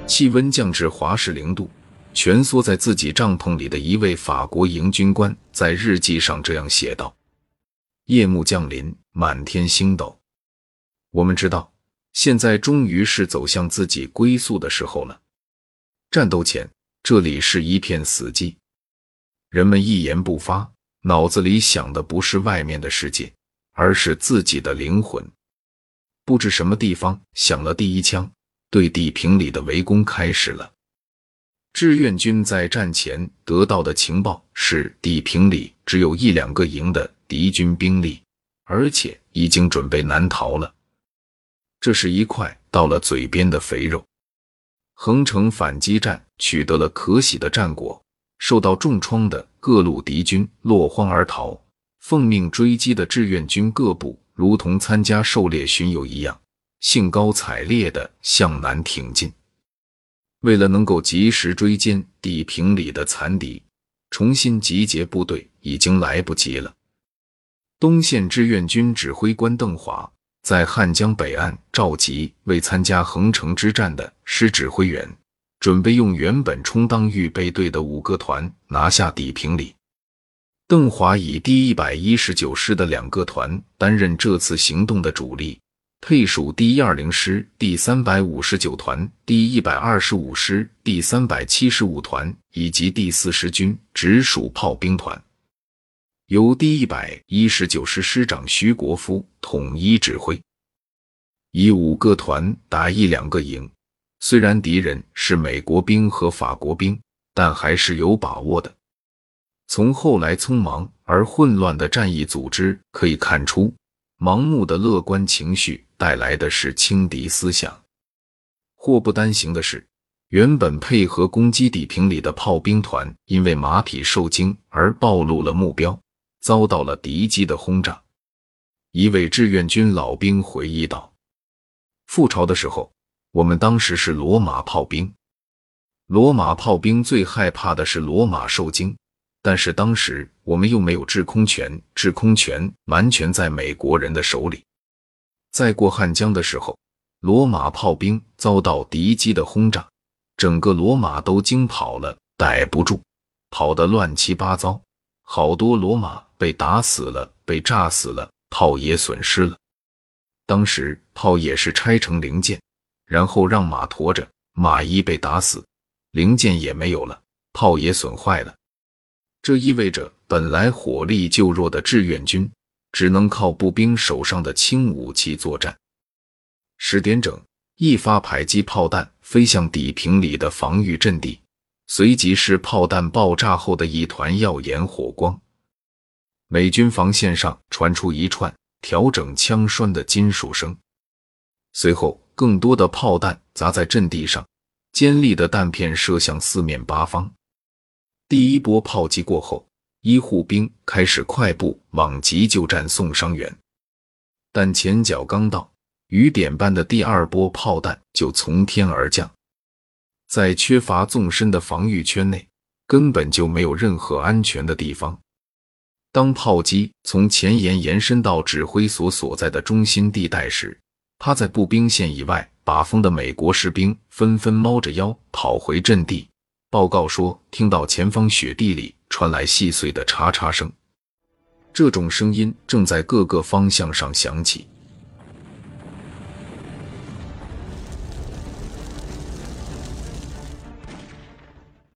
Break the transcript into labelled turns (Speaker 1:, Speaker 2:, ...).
Speaker 1: 气温降至华氏0度，蜷缩在自己帐篷里的一位法国营军官在日记上这样写道：夜幕降临，满天星斗。我们知道，现在终于是走向自己归宿的时候了。战斗前，这里是一片死寂，人们一言不发，脑子里想的不是外面的世界，而是自己的灵魂。不知什么地方响了第一枪，对地平里的围攻开始了。志愿军在战前得到的情报是，地平里只有1-2个营的敌军兵力，而且已经准备南逃了。这是一块到了嘴边的肥肉。横城反击战取得了可喜的战果，受到重创的各路敌军落荒而逃，奉命追击的志愿军各部如同参加狩猎巡游一样，兴高采烈地向南挺进。为了能够及时追歼地平里的残敌，重新集结部队已经来不及了。东线志愿军指挥官邓华在汉江北岸召集未参加横城之战的师指挥员，准备用原本充当预备队的5个团拿下地平里。邓华以第119师的2个团担任这次行动的主力，配属第120师第359团、第125师第375团以及第40军直属炮兵团，由第119师师长徐国夫统一指挥。以5个团打1-2个营，虽然敌人是美国兵和法国兵，但还是有把握的。从后来匆忙而混乱的战役组织可以看出，盲目的乐观情绪带来的是轻敌思想。祸不单行的是，原本配合攻击地平里的炮兵团因为马匹受惊而暴露了目标，遭到了敌机的轰炸。一位志愿军老兵回忆道：覆巢的时候，我们当时是罗马炮兵。罗马炮兵最害怕的是罗马受惊，但是当时我们又没有制空权，制空权完全在美国人的手里。在过汉江的时候，罗马炮兵遭到敌机的轰炸，整个罗马都惊跑了，逮不住，跑得乱七八糟，好多罗马被打死了，被炸死了，炮也损失了。当时炮也是拆成零件，然后让马驮着，马一被打死，零件也没有了，炮也损坏了。这意味着本来火力就弱的志愿军只能靠步兵手上的轻武器作战。10点整，一发迫击炮弹飞向地平里的防御阵地，随即是炮弹爆炸后的一团耀眼火光。美军防线上传出一串调整枪栓的金属声，随后更多的炮弹砸在阵地上，尖利的弹片射向四面八方。第一波炮击过后，医护兵开始快步往急救站送伤员，但前脚刚到，雨点般的第2波炮弹就从天而降。在缺乏纵深的防御圈内，根本就没有任何安全的地方。当炮击从前沿延伸到指挥所所在的中心地带时，趴在步兵线以外把风的美国士兵纷纷猫着腰跑回阵地，报告说听到前方雪地里传来细碎的嚓嚓声，这种声音正在各个方向上响起。